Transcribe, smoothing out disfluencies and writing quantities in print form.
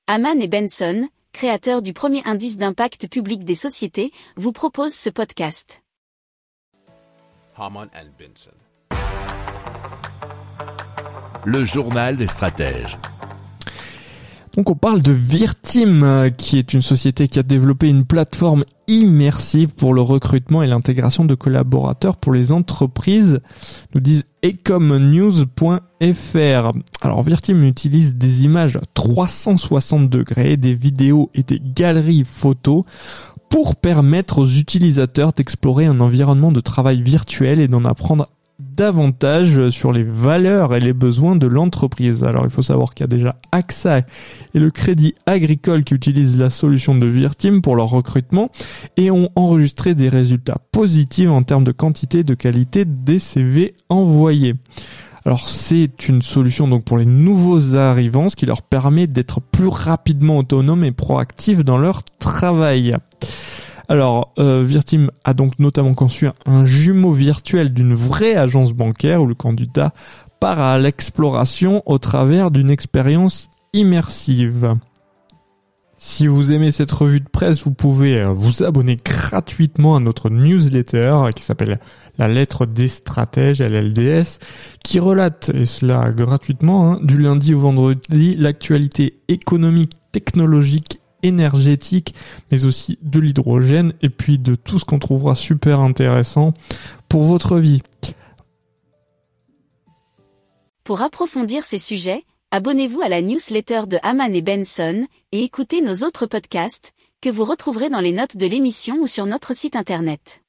Hamann et Benson, créateurs du premier indice d'impact public des sociétés, vous proposent ce podcast. Hamann and Benson. Le journal des stratèges. Donc on parle de Virteam, qui est une société qui a développé une plateforme immersive pour le recrutement et l'intégration de collaborateurs pour les entreprises, nous disent ecomnews.fr. Alors Virteam utilise des images 360 degrés, des vidéos et des galeries photos pour permettre aux utilisateurs d'explorer un environnement de travail virtuel et d'en apprendre davantage sur les valeurs et les besoins de l'entreprise. Alors il faut savoir qu'il y a déjà AXA et le Crédit Agricole qui utilisent la solution de Virteam pour leur recrutement et ont enregistré des résultats positifs en termes de quantité et de qualité des CV envoyés. Alors c'est une solution donc pour les nouveaux arrivants, ce qui leur permet d'être plus rapidement autonomes et proactifs dans leur travail. Alors, Virteam a donc notamment conçu un jumeau virtuel d'une vraie agence bancaire où le candidat part à l'exploration au travers d'une expérience immersive. Si vous aimez cette revue de presse, vous pouvez vous abonner gratuitement à notre newsletter qui s'appelle La Lettre des Stratèges, LLDS, qui relate, et cela gratuitement, du lundi au vendredi, l'actualité économique, technologique, énergétique, mais aussi de l'hydrogène et puis de tout ce qu'on trouvera super intéressant pour votre vie. Pour approfondir ces sujets, abonnez-vous à la newsletter de Hamann et Benson et écoutez nos autres podcasts que vous retrouverez dans les notes de l'émission ou sur notre site internet.